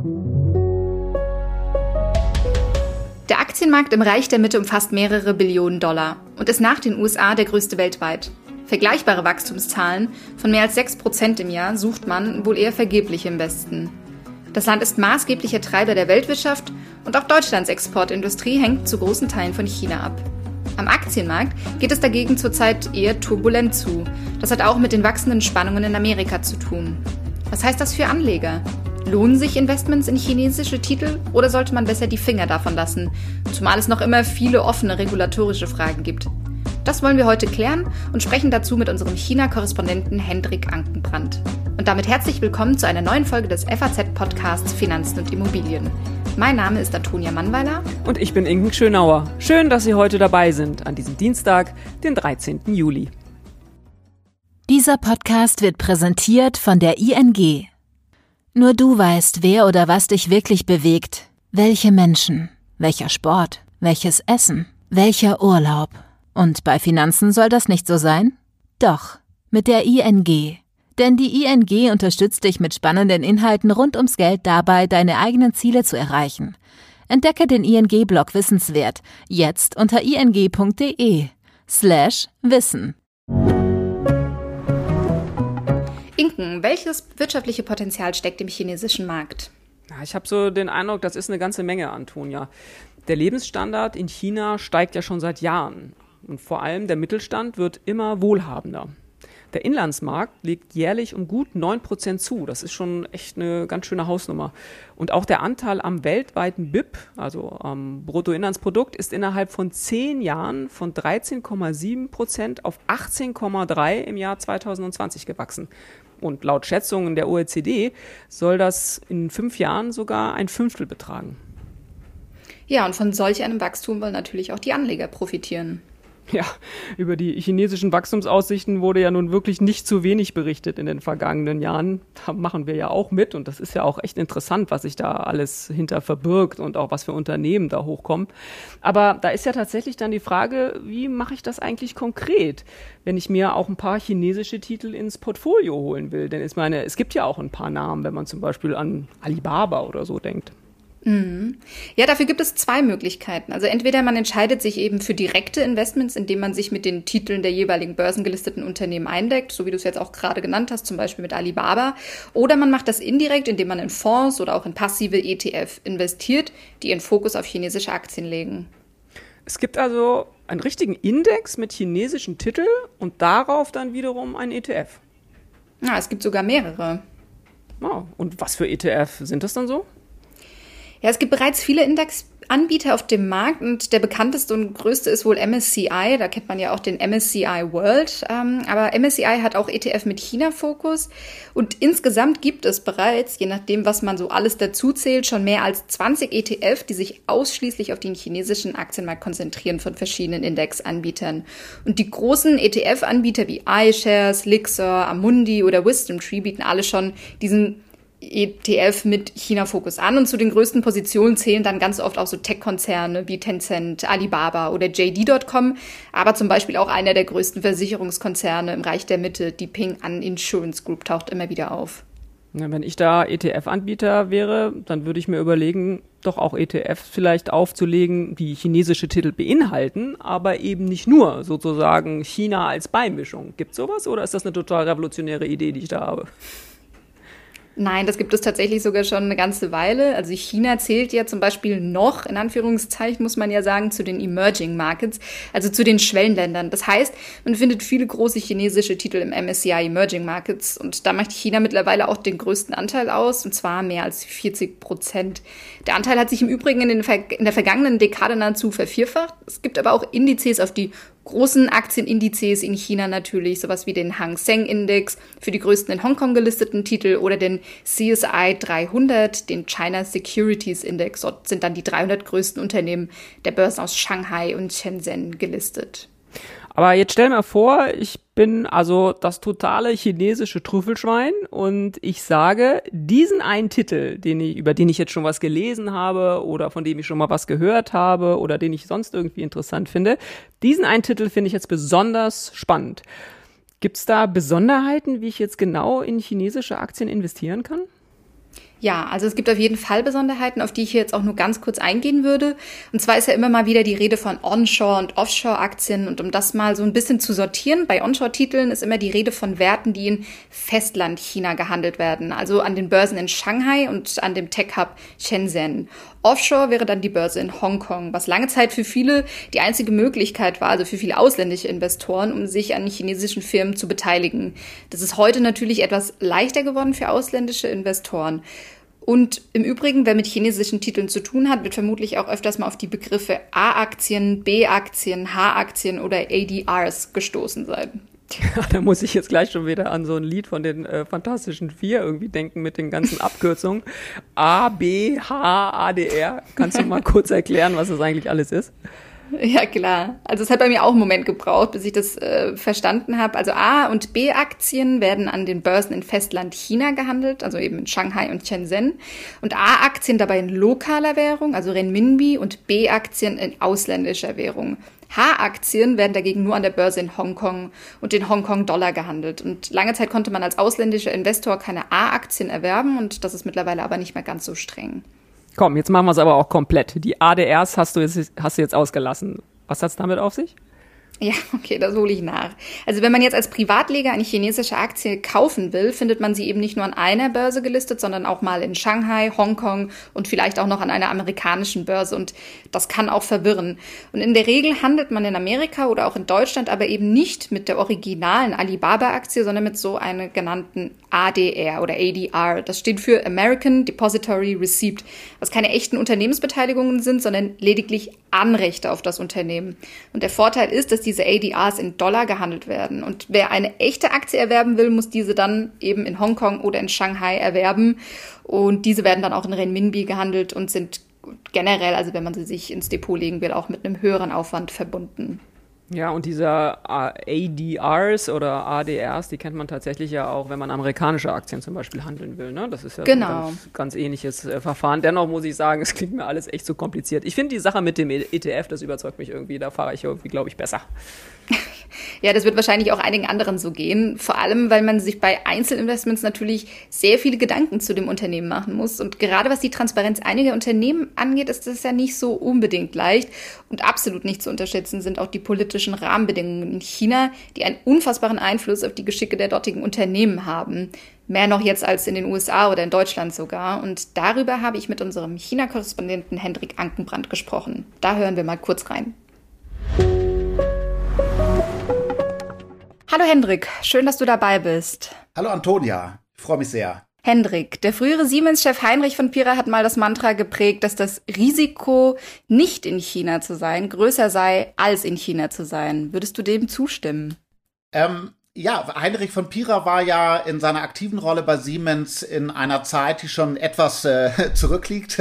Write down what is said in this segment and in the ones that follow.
Der Aktienmarkt im Reich der Mitte umfasst mehrere Billionen Dollar und ist nach den USA der größte weltweit. Vergleichbare Wachstumszahlen von mehr als 6% im Jahr sucht man wohl eher vergeblich im Westen. Das Land ist maßgeblicher Treiber der Weltwirtschaft und auch Deutschlands Exportindustrie hängt zu großen Teilen von China ab. Am Aktienmarkt geht es dagegen zurzeit eher turbulent zu. Das hat auch mit den wachsenden Spannungen in Amerika zu tun. Was heißt das für Anleger? Lohnen sich Investments in chinesische Titel oder sollte man besser die Finger davon lassen, zumal es noch immer viele offene regulatorische Fragen gibt? Das wollen wir heute klären und sprechen dazu mit unserem China-Korrespondenten Hendrik Ankenbrand. Und damit herzlich willkommen zu einer neuen Folge des FAZ-Podcasts Finanzen und Immobilien. Mein Name ist Antonia Mannweiler. Und ich bin Inken Schönauer. Schön, dass Sie heute dabei sind, an diesem Dienstag, den 13. Juli. Dieser Podcast wird präsentiert von der ING. Nur du weißt, wer oder was dich wirklich bewegt. Welche Menschen, welcher Sport, welches Essen, welcher Urlaub. Und bei Finanzen soll das nicht so sein? Doch, mit der ING. Denn die ING unterstützt dich mit spannenden Inhalten rund ums Geld dabei, deine eigenen Ziele zu erreichen. Entdecke den ING-Blog Wissenswert jetzt unter ing.de/wissen. Inken, welches wirtschaftliche Potenzial steckt im chinesischen Markt? Ich habe so den Eindruck, das ist eine ganze Menge, Antonia. Der Lebensstandard in China steigt ja schon seit Jahren. Und vor allem der Mittelstand wird immer wohlhabender. Der Inlandsmarkt legt jährlich um gut 9% zu. Das ist schon echt eine ganz schöne Hausnummer. Und auch der Anteil am weltweiten BIP, also am Bruttoinlandsprodukt, ist innerhalb von 10 Jahren von 13,7% auf 18,3% im Jahr 2020 gewachsen. Und laut Schätzungen der OECD soll das in 5 Jahren sogar 1/5 betragen. Ja, und von solch einem Wachstum wollen natürlich auch die Anleger profitieren. Ja, über die chinesischen Wachstumsaussichten wurde ja nun wirklich nicht zu wenig berichtet in den vergangenen Jahren. Da machen wir ja auch mit und das ist ja auch echt interessant, was sich da alles hinter verbirgt und auch was für Unternehmen da hochkommen. Aber da ist ja tatsächlich dann die Frage, wie mache ich das eigentlich konkret, wenn ich mir auch ein paar chinesische Titel ins Portfolio holen will? Denn ich meine, es gibt ja auch ein paar Namen, wenn man zum Beispiel an Alibaba oder so denkt. Ja, dafür gibt es 2 Möglichkeiten. Also entweder man entscheidet sich eben für direkte Investments, indem man sich mit den Titeln der jeweiligen börsengelisteten Unternehmen eindeckt, so wie du es jetzt auch gerade genannt hast, zum Beispiel mit Alibaba. Oder man macht das indirekt, indem man in Fonds oder auch in passive ETF investiert, die ihren Fokus auf chinesische Aktien legen. Es gibt also einen richtigen Index mit chinesischen Titeln und darauf dann wiederum einen ETF. Ja, es gibt sogar mehrere. Oh, und was für ETF sind das dann so? Ja, es gibt bereits viele Indexanbieter auf dem Markt und der bekannteste und größte ist wohl MSCI. Da kennt man ja auch den MSCI World. Aber MSCI hat auch ETF mit China-Fokus. Und insgesamt gibt es bereits, je nachdem, was man so alles dazu zählt, schon mehr als 20 ETF, die sich ausschließlich auf den chinesischen Aktienmarkt konzentrieren von verschiedenen Indexanbietern. Und die großen ETF-Anbieter wie iShares, Lixor, Amundi oder WisdomTree bieten alle schon diesen ETF mit China-Fokus an und zu den größten Positionen zählen dann ganz oft auch so Tech-Konzerne wie Tencent, Alibaba oder JD.com, aber zum Beispiel auch einer der größten Versicherungskonzerne im Reich der Mitte, die Ping An Insurance Group, taucht immer wieder auf. Ja, wenn ich da ETF-Anbieter wäre, dann würde ich mir überlegen, doch auch ETFs vielleicht aufzulegen, die chinesische Titel beinhalten, aber eben nicht nur sozusagen China als Beimischung. Gibt es sowas oder ist das eine total revolutionäre Idee, die ich da habe? Nein, das gibt es tatsächlich sogar schon eine ganze Weile. Also China zählt ja zum Beispiel noch, in Anführungszeichen muss man ja sagen, zu den Emerging Markets, also zu den Schwellenländern. Das heißt, man findet viele große chinesische Titel im MSCI Emerging Markets und da macht China mittlerweile auch den größten Anteil aus, und zwar mehr als 40%. Der Anteil hat sich im Übrigen in der vergangenen Dekade nahezu vervierfacht. Es gibt aber auch Indizes auf die großen Aktienindizes in China natürlich, sowas wie den Hang Seng Index für die größten in Hongkong gelisteten Titel oder den CSI 300, den China Securities Index. Dort sind dann die 300 größten Unternehmen der Börsen aus Shanghai und Shenzhen gelistet. Aber jetzt stell mir vor, ich bin also das totale chinesische Trüffelschwein und ich sage, diesen einen Titel, über den ich jetzt schon was gelesen habe oder von dem ich schon mal was gehört habe oder den ich sonst irgendwie interessant finde, diesen einen Titel finde ich jetzt besonders spannend. Gibt es da Besonderheiten, wie ich jetzt genau in chinesische Aktien investieren kann? Ja, also es gibt auf jeden Fall Besonderheiten, auf die ich hier jetzt auch nur ganz kurz eingehen würde. Und zwar ist ja immer mal wieder die Rede von Onshore- und Offshore-Aktien. Und um das mal so ein bisschen zu sortieren, bei Onshore-Titeln ist immer die Rede von Werten, die in Festland China gehandelt werden. Also an den Börsen in Shanghai und an dem Tech-Hub Shenzhen. Offshore wäre dann die Börse in Hongkong, was lange Zeit für viele die einzige Möglichkeit war, also für viele ausländische Investoren, um sich an chinesischen Firmen zu beteiligen. Das ist heute natürlich etwas leichter geworden für ausländische Investoren. Und im Übrigen, wer mit chinesischen Titeln zu tun hat, wird vermutlich auch öfters mal auf die Begriffe A-Aktien, B-Aktien, H-Aktien oder ADRs gestoßen sein. Da muss ich jetzt gleich schon wieder an so ein Lied von den Fantastischen Vier irgendwie denken mit den ganzen Abkürzungen. A, B, H, A, D, R. Kannst du mal kurz erklären, was das eigentlich alles ist? Ja, klar. Also es hat bei mir auch einen Moment gebraucht, bis ich das verstanden habe. Also A- und B-Aktien werden an den Börsen in Festland China gehandelt, also eben in Shanghai und Shenzhen. Und A-Aktien dabei in lokaler Währung, also Renminbi, und B-Aktien in ausländischer Währung. H-Aktien werden dagegen nur an der Börse in Hongkong und den Hongkong-Dollar gehandelt. Und lange Zeit konnte man als ausländischer Investor keine A-Aktien erwerben und das ist mittlerweile aber nicht mehr ganz so streng. Komm, jetzt machen wir es aber auch komplett. Die ADRs hast du jetzt ausgelassen. Was hat's damit auf sich? Ja, okay, das hole ich nach. Also wenn man jetzt als Privatleger eine chinesische Aktie kaufen will, findet man sie eben nicht nur an einer Börse gelistet, sondern auch mal in Shanghai, Hongkong und vielleicht auch noch an einer amerikanischen Börse. Und das kann auch verwirren. Und in der Regel handelt man in Amerika oder auch in Deutschland aber eben nicht mit der originalen Alibaba-Aktie, sondern mit so einer genannten ADR oder ADR. Das steht für American Depository Receipt, was keine echten Unternehmensbeteiligungen sind, sondern lediglich Anrechte auf das Unternehmen. Und der Vorteil ist, dass diese ADRs in Dollar gehandelt werden. Und wer eine echte Aktie erwerben will, muss diese dann eben in Hongkong oder in Shanghai erwerben. Und diese werden dann auch in Renminbi gehandelt und sind generell, also wenn man sie sich ins Depot legen will, auch mit einem höheren Aufwand verbunden. Ja, und diese ADRs oder ADRs, die kennt man tatsächlich ja auch, wenn man amerikanische Aktien zum Beispiel handeln will. Ne? Das ist ja genau. so ein ganz ähnliches Verfahren. Dennoch muss ich sagen, es klingt mir alles echt so kompliziert. Ich finde die Sache mit dem ETF, das überzeugt mich irgendwie. Da fahre ich irgendwie, glaube ich, besser. Ja, das wird wahrscheinlich auch einigen anderen so gehen. Vor allem, weil man sich bei Einzelinvestments natürlich sehr viele Gedanken zu dem Unternehmen machen muss. Und gerade was die Transparenz einiger Unternehmen angeht, ist das ja nicht so unbedingt leicht. Und absolut nicht zu unterschätzen sind auch die politischen Rahmenbedingungen in China, die einen unfassbaren Einfluss auf die Geschicke der dortigen Unternehmen haben. Mehr noch jetzt als in den USA oder in Deutschland sogar. Und darüber habe ich mit unserem China-Korrespondenten Hendrik Ankenbrand gesprochen. Da hören wir mal kurz rein. Hallo Hendrik, schön, dass du dabei bist. Hallo Antonia, ich freue mich sehr. Hendrik, der frühere Siemens-Chef Heinrich von Pira hat mal das Mantra geprägt, dass das Risiko, nicht in China zu sein, größer sei, als in China zu sein. Würdest du dem zustimmen? Ja, Heinrich von Pira war ja in seiner aktiven Rolle bei Siemens in einer Zeit, die schon etwas zurückliegt.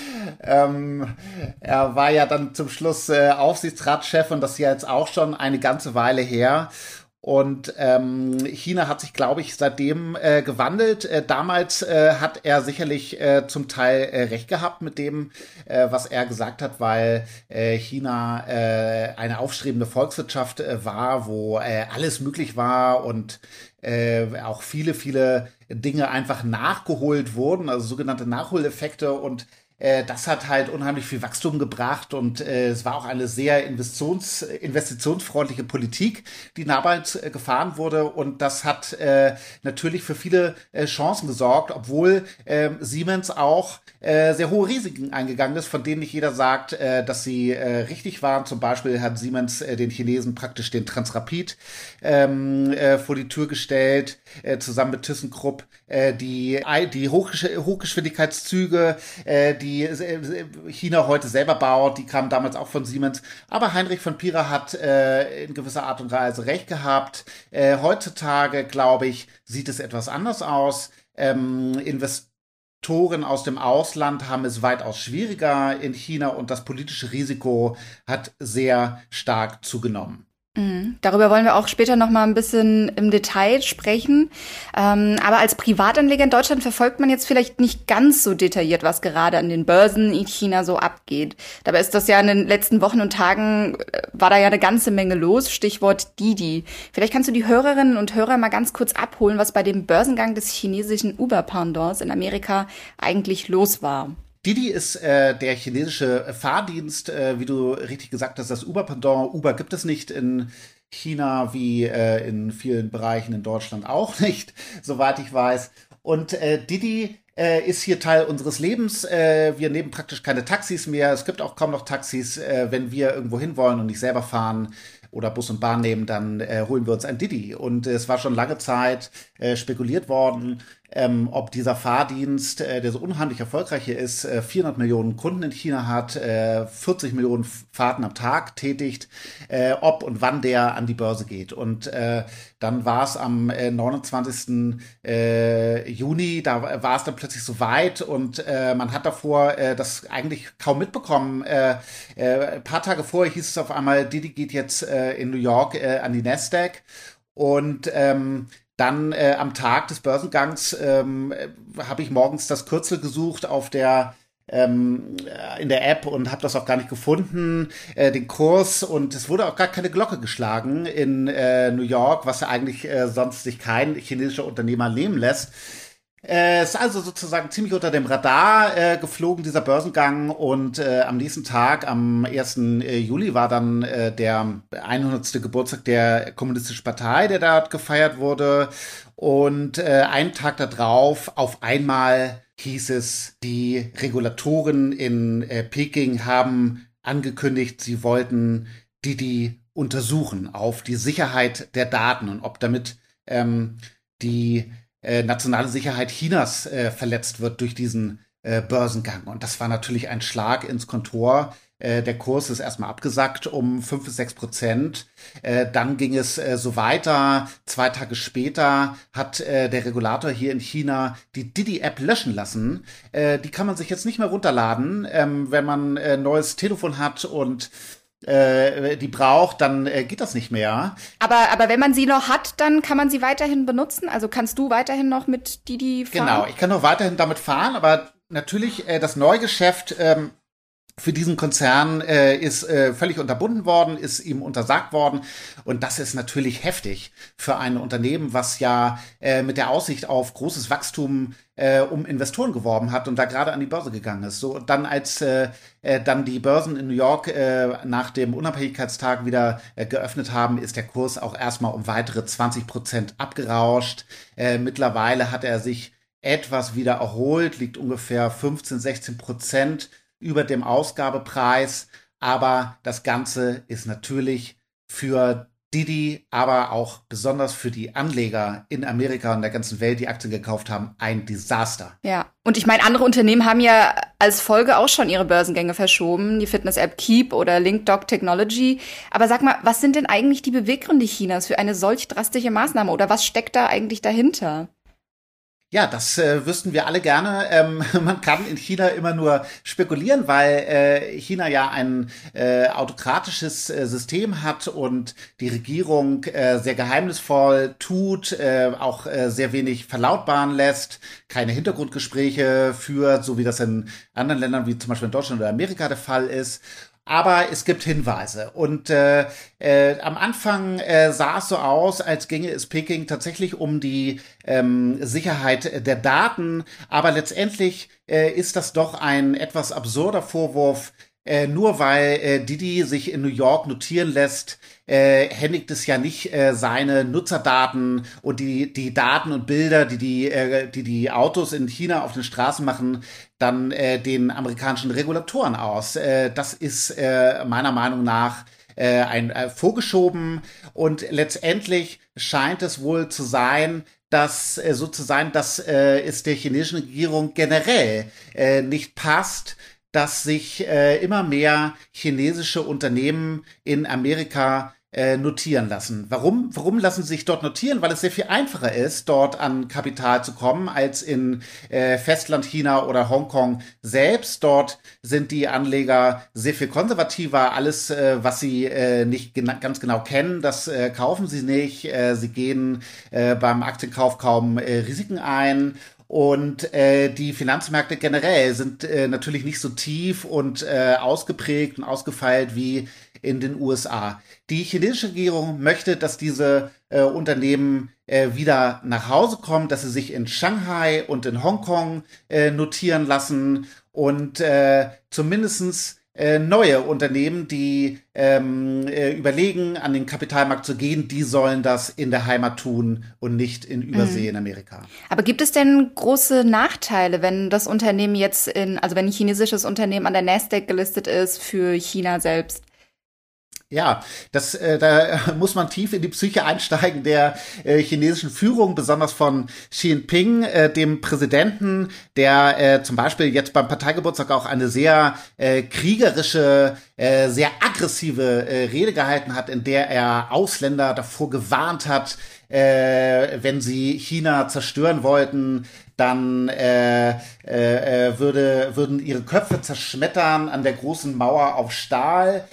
Er war ja dann zum Schluss Aufsichtsratschef und das ist ja jetzt auch schon eine ganze Weile her. Und China hat sich, glaube ich, seitdem gewandelt. Damals hat er sicherlich zum Teil recht gehabt mit dem, was er gesagt hat, weil China eine aufstrebende Volkswirtschaft war, wo alles möglich war und auch viele, viele Dinge einfach nachgeholt wurden, also sogenannte Nachholeffekte, und das hat halt unheimlich viel Wachstum gebracht und es war auch eine sehr investitionsfreundliche Politik, die damals gefahren wurde, und das hat natürlich für viele Chancen gesorgt, obwohl Siemens auch sehr hohe Risiken eingegangen ist, von denen nicht jeder sagt, dass sie richtig waren. Zum Beispiel hat Siemens den Chinesen praktisch den Transrapid vor die Tür gestellt, zusammen mit ThyssenKrupp, die Hochgeschwindigkeitszüge, die China heute selber baut, die kamen damals auch von Siemens. Aber Heinrich von Pira hat in gewisser Art und Weise recht gehabt. Heutzutage, glaube ich, sieht es etwas anders aus. Investoren aus dem Ausland haben es weitaus schwieriger in China und das politische Risiko hat sehr stark zugenommen. Darüber wollen wir auch später noch mal ein bisschen im Detail sprechen. Aber als Privatanleger in Deutschland verfolgt man jetzt vielleicht nicht ganz so detailliert, was gerade an den Börsen in China so abgeht. Dabei ist das ja in den letzten Wochen und Tagen, war da ja eine ganze Menge los. Stichwort Didi. Vielleicht kannst du die Hörerinnen und Hörer mal ganz kurz abholen, was bei dem Börsengang des chinesischen Uber-Pendants in Amerika eigentlich los war. Didi ist der chinesische Fahrdienst, wie du richtig gesagt hast, das Uber-Pendant. Uber gibt es nicht in China wie in vielen Bereichen in Deutschland auch nicht, soweit ich weiß. Und Didi ist hier Teil unseres Lebens. Wir nehmen praktisch keine Taxis mehr. Es gibt auch kaum noch Taxis. Wenn wir irgendwo hin wollen und nicht selber fahren oder Bus und Bahn nehmen, dann holen wir uns ein Didi. Und es war schon lange Zeit spekuliert worden, ob dieser Fahrdienst, der so unheimlich erfolgreich hier ist, 400 Millionen Kunden in China hat, 40 Millionen Fahrten am Tag tätigt, ob und wann der an die Börse geht. Und dann war es am 29. Juni, da war es dann plötzlich so weit und man hat davor das eigentlich kaum mitbekommen. Ein paar Tage vorher hieß es auf einmal, Didi geht jetzt in New York an die Nasdaq und dann am Tag des Börsengangs habe ich morgens das Kürzel gesucht auf der in der App und habe das auch gar nicht gefunden, den Kurs, und es wurde auch gar keine Glocke geschlagen in New York, was ja eigentlich sonst sich kein chinesischer Unternehmer nehmen lässt. Es ist also sozusagen ziemlich unter dem Radar geflogen, dieser Börsengang, und am nächsten Tag, am 1. Juli, war dann der 100. Geburtstag der Kommunistischen Partei, der dort gefeiert wurde, und einen Tag darauf auf einmal hieß es, die Regulatoren in Peking haben angekündigt, sie wollten Didi untersuchen auf die Sicherheit der Daten und ob damit die nationale Sicherheit Chinas verletzt wird durch diesen Börsengang. Und das war natürlich ein Schlag ins Kontor. Der Kurs ist erstmal abgesackt um 5-6%. Dann ging es so weiter. 2 Tage später hat der Regulator hier in China die Didi-App löschen lassen. Die kann man sich jetzt nicht mehr runterladen, wenn man ein neues Telefon hat und die braucht, dann geht das nicht mehr. Aber wenn man sie noch hat, dann kann man sie weiterhin benutzen? Also kannst du weiterhin noch mit Didi fahren? Genau, ich kann noch weiterhin damit fahren, aber natürlich das Neugeschäft für diesen Konzern ist völlig unterbunden worden, ist ihm untersagt worden. Und das ist natürlich heftig für ein Unternehmen, was ja mit der Aussicht auf großes Wachstum um Investoren geworben hat und da gerade an die Börse gegangen ist. So, und dann, als dann die Börsen in New York nach dem Unabhängigkeitstag wieder geöffnet haben, ist der Kurs auch erstmal um weitere 20% abgerauscht. Mittlerweile hat er sich etwas wieder erholt, liegt ungefähr 15-16% über dem Ausgabepreis, aber das Ganze ist natürlich für Didi, aber auch besonders für die Anleger in Amerika und der ganzen Welt, die Aktien gekauft haben, ein Desaster. Ja, und ich meine, andere Unternehmen haben ja als Folge auch schon ihre Börsengänge verschoben, die Fitness-App Keep oder LinkDoc Technology. Aber sag mal, was sind denn eigentlich die Beweggründe Chinas für eine solch drastische Maßnahme oder was steckt da eigentlich dahinter? Ja, das wüssten wir alle gerne. Man kann in China immer nur spekulieren, weil China ja ein autokratisches System hat und die Regierung sehr geheimnisvoll tut, auch sehr wenig verlautbaren lässt, keine Hintergrundgespräche führt, so wie das in anderen Ländern wie zum Beispiel in Deutschland oder Amerika der Fall ist. Aber es gibt Hinweise und am Anfang sah es so aus, als ginge es Peking tatsächlich um die Sicherheit der Daten, aber letztendlich ist das doch ein etwas absurder Vorwurf. Nur weil Didi sich in New York notieren lässt, händigt es ja nicht seine Nutzerdaten und die Daten und Bilder, die Autos in China auf den Straßen machen, dann den amerikanischen Regulatoren aus. Das ist meiner Meinung nach vorgeschoben und letztendlich scheint es wohl zu sein, dass es der chinesischen Regierung generell nicht passt, dass sich immer mehr chinesische Unternehmen in Amerika notieren lassen. Warum lassen sie sich dort notieren? Weil es sehr viel einfacher ist, dort an Kapital zu kommen, als in Festland China oder Hongkong selbst. Dort sind die Anleger sehr viel konservativer. Alles, was sie nicht ganz genau kennen, das kaufen sie nicht. Sie gehen beim Aktienkauf kaum Risiken ein. Und die Finanzmärkte generell sind natürlich nicht so tief und ausgeprägt und ausgefeilt wie in den USA. Die chinesische Regierung möchte, dass diese Unternehmen wieder nach Hause kommen, dass sie sich in Shanghai und in Hongkong notieren lassen und zumindestens neue Unternehmen, die überlegen, an den Kapitalmarkt zu gehen, die sollen das in der Heimat tun und nicht in Übersee in Amerika. Aber gibt es denn große Nachteile, wenn das Unternehmen jetzt also wenn ein chinesisches Unternehmen an der Nasdaq gelistet ist für China selbst? Ja, da muss man tief in die Psyche einsteigen der chinesischen Führung, besonders von Xi Jinping, dem Präsidenten, der zum Beispiel jetzt beim Parteigeburtstag auch eine sehr kriegerische, sehr aggressive Rede gehalten hat, in der er Ausländer davor gewarnt hat, wenn sie China zerstören wollten, dann würden ihre Köpfe zerschmettern an der großen Mauer auf Stahl.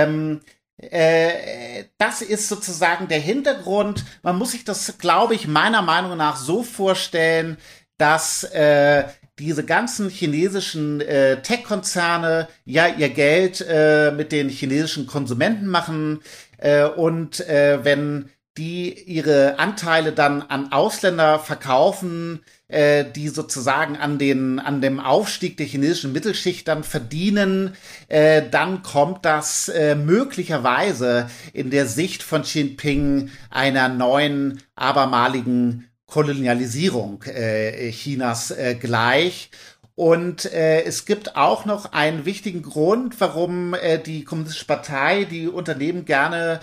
Das ist sozusagen der Hintergrund. Man muss sich das, glaube ich, meiner Meinung nach so vorstellen, dass diese ganzen chinesischen Tech-Konzerne ja ihr Geld mit den chinesischen Konsumenten machen und wenn die ihre Anteile dann an Ausländer verkaufen, die sozusagen an dem Aufstieg der chinesischen Mittelschicht dann verdienen, dann kommt das möglicherweise in der Sicht von Xi Jinping einer neuen, abermaligen Kolonialisierung Chinas gleich. Und es gibt auch noch einen wichtigen Grund, warum die Kommunistische Partei die Unternehmen gerne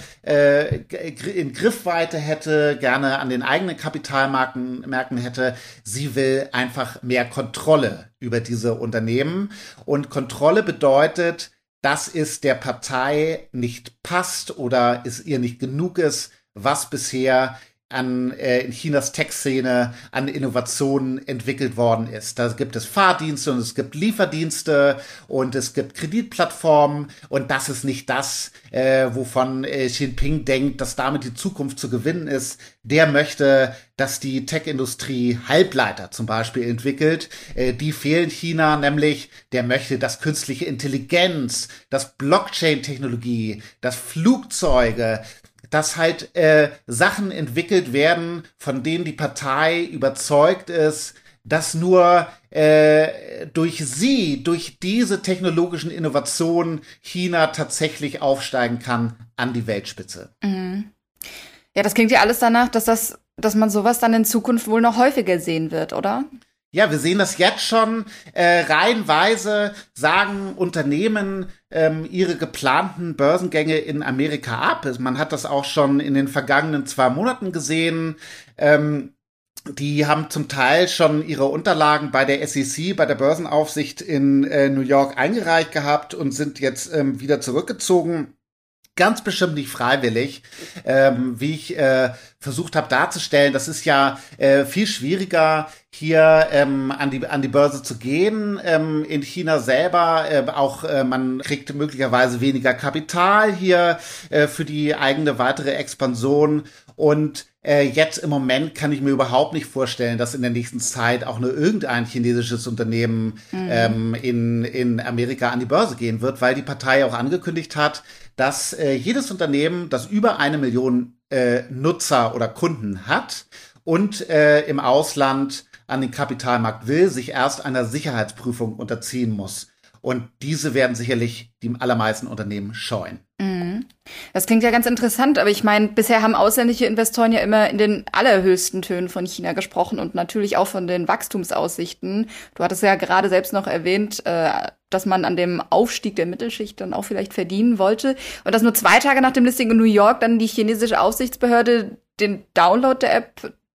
in Griffweite hätte, gerne an den eigenen Kapitalmärkten hätte. Sie will einfach mehr Kontrolle über diese Unternehmen. Und Kontrolle bedeutet, dass es der Partei nicht passt oder es ihr nicht genug ist, was bisher in Chinas Tech-Szene an Innovationen entwickelt worden ist. Da gibt es Fahrdienste und es gibt Lieferdienste und es gibt Kreditplattformen und das ist nicht das, wovon Xi Jinping denkt, dass damit die Zukunft zu gewinnen ist. Der möchte, dass die Tech-Industrie Halbleiter zum Beispiel entwickelt. Die fehlen China, nämlich der möchte, dass künstliche Intelligenz, dass Blockchain-Technologie, dass Flugzeuge, dass halt Sachen entwickelt werden, von denen die Partei überzeugt ist, dass nur durch diese technologischen Innovationen China tatsächlich aufsteigen kann an die Weltspitze. Mhm. Ja, das klingt ja alles danach, dass man sowas dann in Zukunft wohl noch häufiger sehen wird, oder? Ja, wir sehen das jetzt schon. Reihenweise sagen Unternehmen ihre geplanten Börsengänge in Amerika ab. Man hat das auch schon in den vergangenen 2 Monaten gesehen. Die haben zum Teil schon ihre Unterlagen bei der SEC, bei der Börsenaufsicht in New York eingereicht gehabt und sind jetzt wieder zurückgezogen. Ganz bestimmt nicht freiwillig, wie ich versucht habe darzustellen. Das ist ja viel schwieriger, hier an die Börse zu gehen. In China selber man kriegt möglicherweise weniger Kapital hier für die eigene weitere Expansion. Und jetzt im Moment kann ich mir überhaupt nicht vorstellen, dass in der nächsten Zeit auch nur irgendein chinesisches Unternehmen in Amerika an die Börse gehen wird, weil die Partei auch angekündigt hat, dass jedes Unternehmen, das über 1 Million Nutzer oder Kunden hat und im Ausland an den Kapitalmarkt will, sich erst einer Sicherheitsprüfung unterziehen muss. Und diese werden sicherlich die allermeisten Unternehmen scheuen. Das klingt ja ganz interessant, aber ich meine, bisher haben ausländische Investoren ja immer in den allerhöchsten Tönen von China gesprochen und natürlich auch von den Wachstumsaussichten. Du hattest ja gerade selbst noch erwähnt, dass man an dem Aufstieg der Mittelschicht dann auch vielleicht verdienen wollte. Und dass nur 2 Tage nach dem Listing in New York dann die chinesische Aufsichtsbehörde den Download der App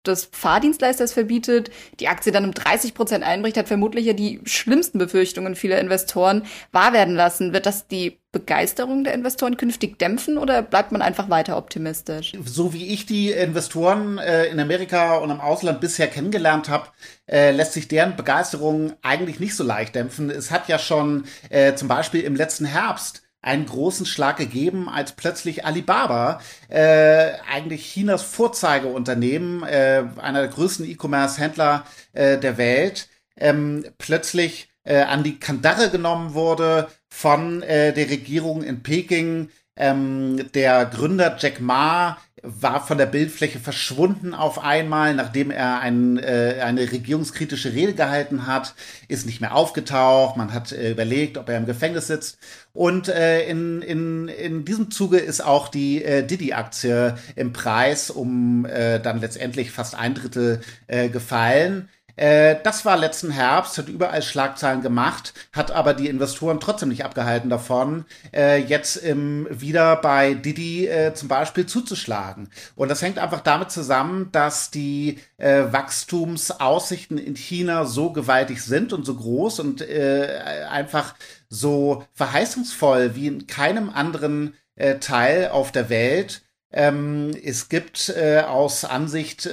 des Fahrdienstleisters verbietet, die Aktie dann um 30% einbricht, hat vermutlich ja die schlimmsten Befürchtungen vieler Investoren wahr werden lassen. Wird das die Begeisterung der Investoren künftig dämpfen oder bleibt man einfach weiter optimistisch? So wie ich die Investoren in Amerika und im Ausland bisher kennengelernt habe, lässt sich deren Begeisterung eigentlich nicht so leicht dämpfen. Es hat ja schon zum Beispiel im letzten Herbst einen großen Schlag gegeben, als plötzlich Alibaba, eigentlich Chinas Vorzeigeunternehmen, einer der größten E-Commerce-Händler der Welt, plötzlich an die Kandare genommen wurde von der Regierung in Peking. Der Gründer Jack Ma war von der Bildfläche verschwunden auf einmal, nachdem er eine regierungskritische Rede gehalten hat, ist nicht mehr aufgetaucht. Man hat überlegt, ob er im Gefängnis sitzt. Und in diesem Zuge ist auch die Didi-Aktie im Preis um dann letztendlich fast 1/3 gefallen. Das war letzten Herbst, hat überall Schlagzeilen gemacht, hat aber die Investoren trotzdem nicht abgehalten davon, jetzt wieder bei Didi zum Beispiel zuzuschlagen. Und das hängt einfach damit zusammen, dass die Wachstumsaussichten in China so gewaltig sind und so groß und einfach so verheißungsvoll wie in keinem anderen Teil auf der Welt. Es gibt in der Ansicht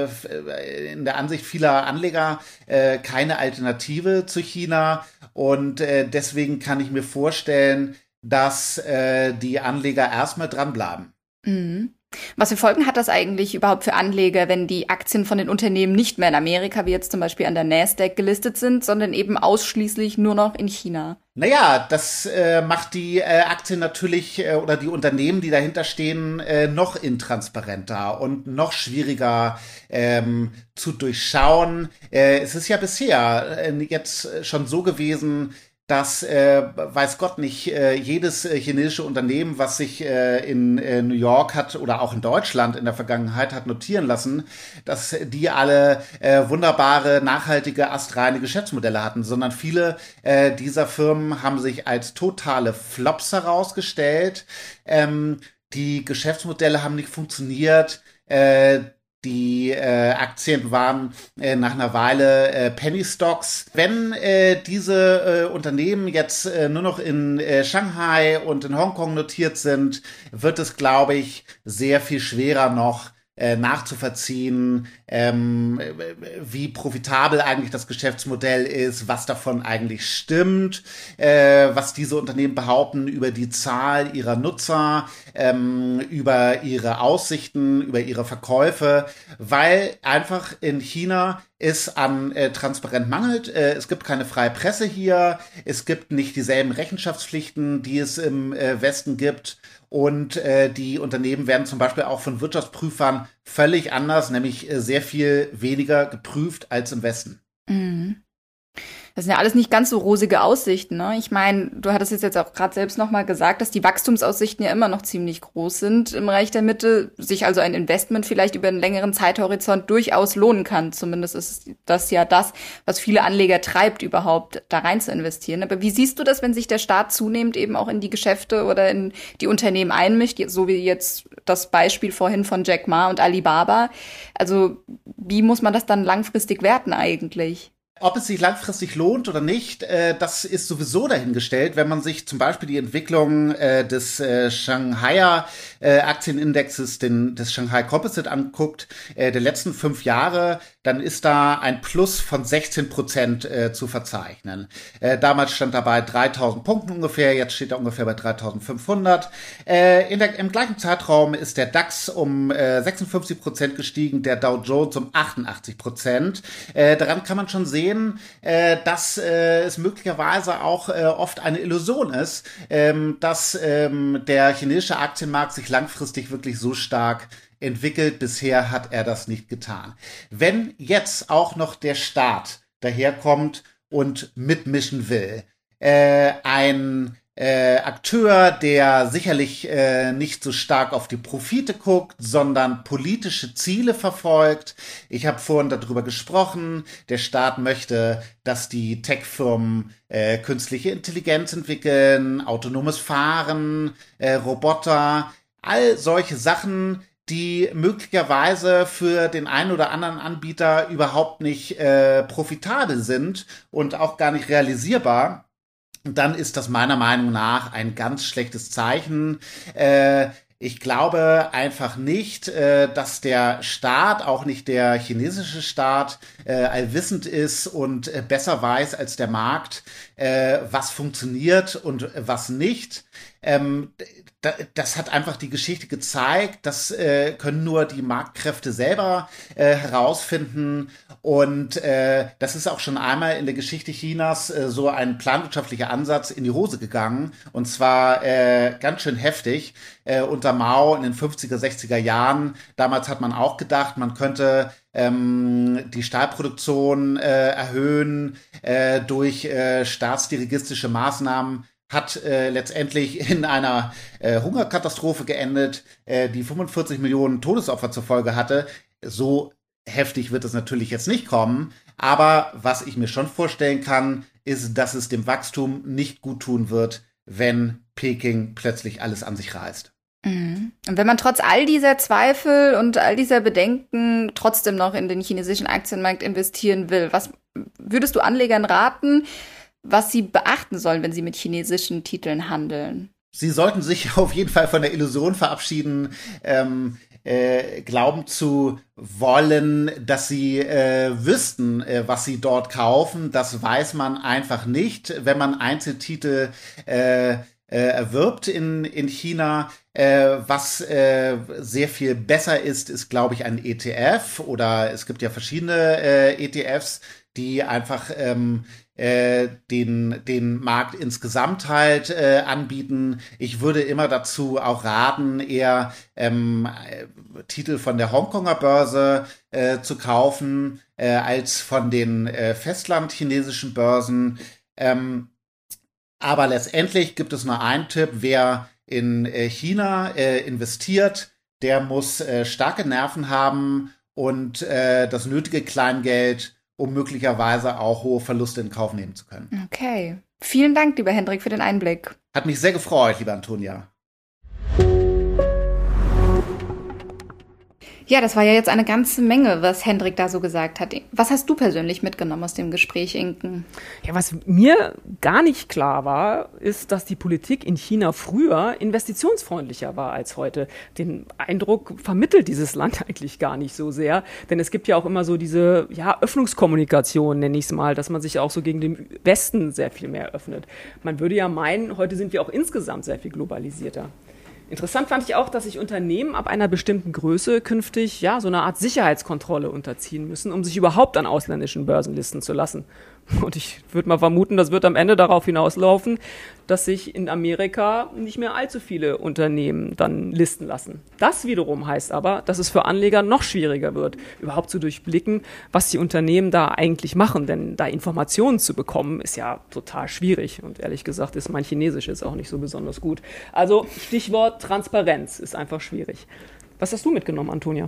vieler Anleger keine Alternative zu China und deswegen kann ich mir vorstellen, dass die Anleger erstmal dranbleiben. Mhm. Was für Folgen hat das eigentlich überhaupt für Anleger, wenn die Aktien von den Unternehmen nicht mehr in Amerika, wie jetzt zum Beispiel an der Nasdaq, gelistet sind, sondern eben ausschließlich nur noch in China? Naja, das macht die Aktien natürlich oder die Unternehmen, die dahinter stehen, noch intransparenter und noch schwieriger zu durchschauen. Es ist ja bisher jetzt schon so gewesen, dass, weiß Gott nicht, jedes chinesische Unternehmen, was sich in New York hat oder auch in Deutschland in der Vergangenheit hat notieren lassen, dass die alle wunderbare, nachhaltige, astreine Geschäftsmodelle hatten, sondern viele dieser Firmen haben sich als totale Flops herausgestellt. Die Geschäftsmodelle haben nicht funktioniert. Die Aktien waren nach einer Weile Penny Stocks. Wenn diese Unternehmen jetzt nur noch in Shanghai und in Hongkong notiert sind, wird es, glaube ich, sehr viel schwerer noch nachzuvollziehen, wie profitabel eigentlich das Geschäftsmodell ist, was davon eigentlich stimmt, was diese Unternehmen behaupten über die Zahl ihrer Nutzer, über ihre Aussichten, über ihre Verkäufe, weil einfach in China es an Transparenz mangelt. Es gibt keine freie Presse hier, es gibt nicht dieselben Rechenschaftspflichten, die es im Westen gibt. Und die Unternehmen werden zum Beispiel auch von Wirtschaftsprüfern völlig anders, nämlich sehr viel weniger geprüft als im Westen. Mhm. Das sind ja alles nicht ganz so rosige Aussichten, ne? Ich meine, du hattest es jetzt auch gerade selbst nochmal gesagt, dass die Wachstumsaussichten ja immer noch ziemlich groß sind im Reich der Mitte, sich also ein Investment vielleicht über einen längeren Zeithorizont durchaus lohnen kann. Zumindest ist das ja das, was viele Anleger treibt, überhaupt da rein zu investieren. Aber wie siehst du das, wenn sich der Staat zunehmend eben auch in die Geschäfte oder in die Unternehmen einmischt, so wie jetzt das Beispiel vorhin von Jack Ma und Alibaba? Also wie muss man das dann langfristig werten eigentlich? Ob es sich langfristig lohnt oder nicht, das ist sowieso dahingestellt, wenn man sich zum Beispiel die Entwicklung des Shanghaier Aktienindexes, des Shanghai Composite anguckt, der letzten 5 Jahre, dann ist da ein Plus von 16% zu verzeichnen. Damals stand da bei 3.000 Punkten ungefähr, jetzt steht er ungefähr bei 3.500. Im gleichen Zeitraum ist der DAX um 56% gestiegen, der Dow Jones um 88%. Daran kann man schon sehen, dass es möglicherweise auch oft eine Illusion ist, dass der chinesische Aktienmarkt sich langfristig wirklich so stark entwickelt. Bisher hat er das nicht getan. Wenn jetzt auch noch der Staat daherkommt und mitmischen will, ein Akteur, der sicherlich nicht so stark auf die Profite guckt, sondern politische Ziele verfolgt. Ich habe vorhin darüber gesprochen, der Staat möchte, dass die Tech-Firmen künstliche Intelligenz entwickeln, autonomes Fahren, Roboter, all solche Sachen, die möglicherweise für den einen oder anderen Anbieter überhaupt nicht profitabel sind und auch gar nicht realisierbar, dann ist das meiner Meinung nach ein ganz schlechtes Zeichen. Ich glaube einfach nicht, dass der Staat, auch nicht der chinesische Staat, allwissend ist und besser weiß als der Markt, was funktioniert und was nicht. Das hat einfach die Geschichte gezeigt. Das können nur die Marktkräfte selber herausfinden. Und das ist auch schon einmal in der Geschichte Chinas so ein planwirtschaftlicher Ansatz in die Hose gegangen. Und zwar ganz schön heftig. Unter Mao in den 50er, 60er Jahren. Damals hat man auch gedacht, man könnte die Stahlproduktion erhöhen durch staatsdirigistische Maßnahmen. Hat letztendlich in einer Hungerkatastrophe geendet, die 45 Millionen Todesopfer zur Folge hatte. So heftig wird es natürlich jetzt nicht kommen. Aber was ich mir schon vorstellen kann, ist, dass es dem Wachstum nicht gut tun wird, wenn Peking plötzlich alles an sich reißt. Und wenn man trotz all dieser Zweifel und all dieser Bedenken trotzdem noch in den chinesischen Aktienmarkt investieren will, was würdest du Anlegern raten, was sie beachten sollen, wenn sie mit chinesischen Titeln handeln? Sie sollten sich auf jeden Fall von der Illusion verabschieden, glauben zu wollen, dass sie wüssten, was sie dort kaufen. Das weiß man einfach nicht, wenn man Einzeltitel erwirbt in China. Was sehr viel besser ist, glaube ich, ein ETF, oder es gibt ja verschiedene ETFs, die einfach den Markt insgesamt halt anbieten. Ich würde immer dazu auch raten, eher Titel von der Hongkonger Börse zu kaufen, als von den festlandchinesischen Börsen. Aber letztendlich gibt es nur einen Tipp: Wer in China investiert, der muss starke Nerven haben und das nötige Kleingeld, um möglicherweise auch hohe Verluste in Kauf nehmen zu können. Okay. Vielen Dank, lieber Hendrik, für den Einblick. Hat mich sehr gefreut, liebe Antonia. Ja, das war ja jetzt eine ganze Menge, was Hendrik da so gesagt hat. Was hast du persönlich mitgenommen aus dem Gespräch, Inken? Ja, was mir gar nicht klar war, ist, dass die Politik in China früher investitionsfreundlicher war als heute. Den Eindruck vermittelt dieses Land eigentlich gar nicht so sehr, denn es gibt ja auch immer so diese Öffnungskommunikation, nenne ich es mal, dass man sich auch so gegen den Westen sehr viel mehr öffnet. Man würde ja meinen, heute sind wir auch insgesamt sehr viel globalisierter. Interessant fand ich auch, dass sich Unternehmen ab einer bestimmten Größe künftig so eine Art Sicherheitskontrolle unterziehen müssen, um sich überhaupt an ausländischen Börsen listen zu lassen. Und ich würde mal vermuten, das wird am Ende darauf hinauslaufen, dass sich in Amerika nicht mehr allzu viele Unternehmen dann listen lassen. Das wiederum heißt aber, dass es für Anleger noch schwieriger wird, überhaupt zu durchblicken, was die Unternehmen da eigentlich machen. Denn da Informationen zu bekommen, ist ja total schwierig. Und ehrlich gesagt ist mein Chinesisch jetzt auch nicht so besonders gut. Also Stichwort Transparenz ist einfach schwierig. Was hast du mitgenommen, Antonia?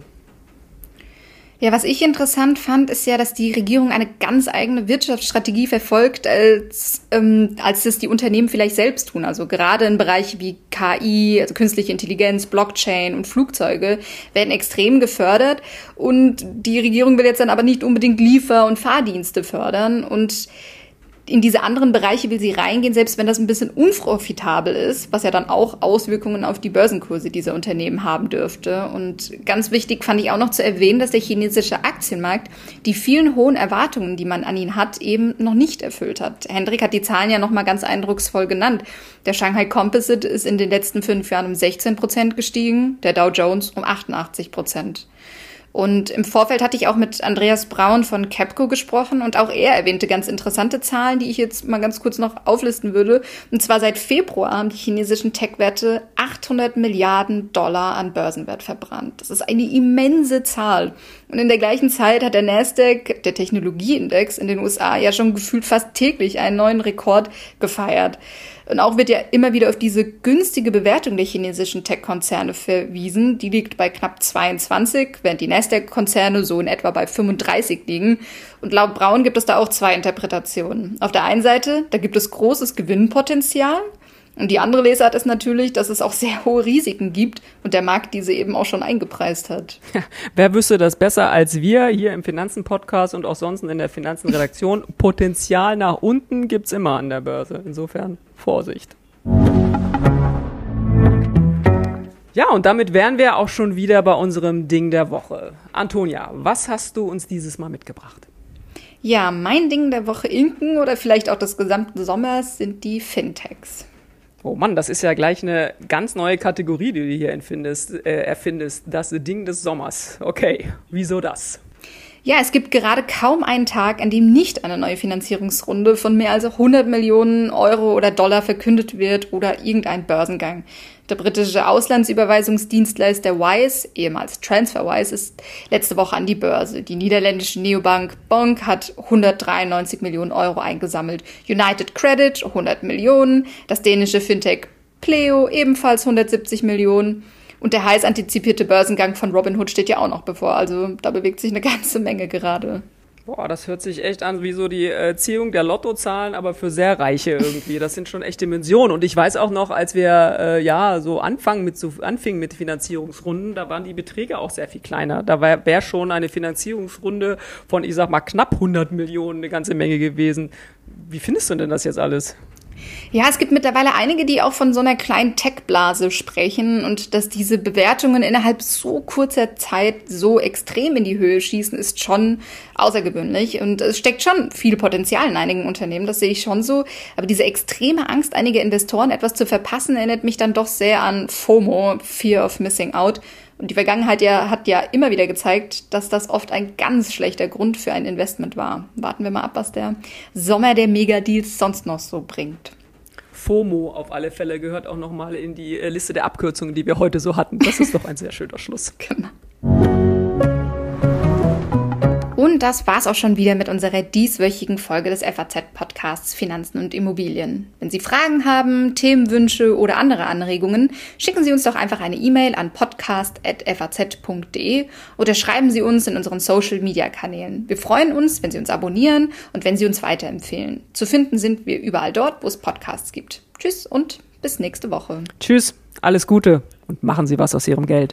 Ja, was ich interessant fand, ist ja, dass die Regierung eine ganz eigene Wirtschaftsstrategie verfolgt, als es die Unternehmen vielleicht selbst tun. Also gerade in Bereichen wie KI, also künstliche Intelligenz, Blockchain und Flugzeuge werden extrem gefördert. Und die Regierung will jetzt dann aber nicht unbedingt Liefer- und Fahrdienste fördern. Und in diese anderen Bereiche will sie reingehen, selbst wenn das ein bisschen unprofitabel ist, was ja dann auch Auswirkungen auf die Börsenkurse dieser Unternehmen haben dürfte. Und ganz wichtig fand ich auch noch zu erwähnen, dass der chinesische Aktienmarkt die vielen hohen Erwartungen, die man an ihn hat, eben noch nicht erfüllt hat. Hendrik hat die Zahlen ja noch mal ganz eindrucksvoll genannt. Der Shanghai Composite ist in den letzten 5 Jahren um 16% gestiegen, der Dow Jones um 88%. Und im Vorfeld hatte ich auch mit Andreas Braun von Capco gesprochen und auch er erwähnte ganz interessante Zahlen, die ich jetzt mal ganz kurz noch auflisten würde. Und zwar seit Februar haben die chinesischen Tech-Werte 800 Milliarden Dollar an Börsenwert verbrannt. Das ist eine immense Zahl. Und in der gleichen Zeit hat der Nasdaq, der Technologieindex in den USA, ja schon gefühlt fast täglich einen neuen Rekord gefeiert. Und auch wird ja immer wieder auf diese günstige Bewertung der chinesischen Tech-Konzerne verwiesen. Die liegt bei knapp 22, während die Nasdaq-Konzerne so in etwa bei 35 liegen. Und laut Braun gibt es da auch 2 Interpretationen. Auf der einen Seite, da gibt es großes Gewinnpotenzial. Und die andere Lesart ist natürlich, dass es auch sehr hohe Risiken gibt und der Markt diese eben auch schon eingepreist hat. Ja, wer wüsste das besser als wir hier im Finanzen-Podcast und auch sonst in der Finanzen-Redaktion? Potenzial nach unten gibt's immer an der Börse. Insofern Vorsicht. Ja, und damit wären wir auch schon wieder bei unserem Ding der Woche. Antonia, was hast du uns dieses Mal mitgebracht? Ja, mein Ding der Woche Inken oder vielleicht auch des gesamten Sommers sind die Fintechs. Oh Mann, das ist ja gleich eine ganz neue Kategorie, die du hier erfindest. Das Ding des Sommers. Okay, wieso das? Ja, es gibt gerade kaum einen Tag, an dem nicht eine neue Finanzierungsrunde von mehr als 100 Millionen Euro oder Dollar verkündet wird oder irgendein Börsengang. Der britische Auslandsüberweisungsdienstleister Wise, ehemals TransferWise, ist letzte Woche an die Börse. Die niederländische Neobank Bonk hat 193 Millionen Euro eingesammelt. United Credit 100 Millionen, das dänische Fintech Pleo ebenfalls 170 Millionen. Und der heiß antizipierte Börsengang von Robinhood steht ja auch noch bevor. Also da bewegt sich eine ganze Menge gerade. Boah, das hört sich echt an wie so die Ziehung der Lottozahlen, aber für sehr Reiche irgendwie. Das sind schon echt Dimensionen. Und ich weiß auch noch, als wir anfingen mit Finanzierungsrunden, da waren die Beträge auch sehr viel kleiner. Da wäre schon eine Finanzierungsrunde von, ich sag mal, knapp 100 Millionen eine ganze Menge gewesen. Wie findest du denn das jetzt alles? Ja, es gibt mittlerweile einige, die auch von so einer kleinen Tech-Blase sprechen und dass diese Bewertungen innerhalb so kurzer Zeit so extrem in die Höhe schießen, ist schon außergewöhnlich und es steckt schon viel Potenzial in einigen Unternehmen, das sehe ich schon so, aber diese extreme Angst einiger Investoren, etwas zu verpassen, erinnert mich dann doch sehr an FOMO, Fear of Missing Out. Und die Vergangenheit hat ja immer wieder gezeigt, dass das oft ein ganz schlechter Grund für ein Investment war. Warten wir mal ab, was der Sommer der Megadeals sonst noch so bringt. FOMO auf alle Fälle gehört auch nochmal in die Liste der Abkürzungen, die wir heute so hatten. Das ist doch ein sehr schöner Schluss. Genau. Und das war's auch schon wieder mit unserer dieswöchigen Folge des FAZ-Podcasts Finanzen und Immobilien. Wenn Sie Fragen haben, Themenwünsche oder andere Anregungen, schicken Sie uns doch einfach eine E-Mail an podcast@faz.de oder schreiben Sie uns in unseren Social-Media-Kanälen. Wir freuen uns, wenn Sie uns abonnieren und wenn Sie uns weiterempfehlen. Zu finden sind wir überall dort, wo es Podcasts gibt. Tschüss und bis nächste Woche. Tschüss, alles Gute und machen Sie was aus Ihrem Geld.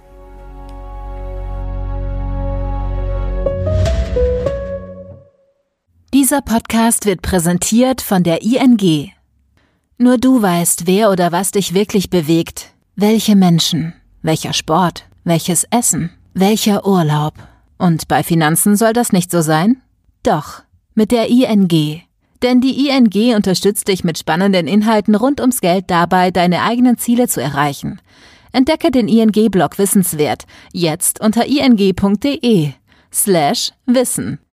Dieser Podcast wird präsentiert von der ING. Nur du weißt, wer oder was dich wirklich bewegt. Welche Menschen, welcher Sport, welches Essen, welcher Urlaub. Und bei Finanzen soll das nicht so sein? Doch, mit der ING. Denn die ING unterstützt dich mit spannenden Inhalten rund ums Geld dabei, deine eigenen Ziele zu erreichen. Entdecke den ING-Blog Wissenswert jetzt unter ing.de/wissen.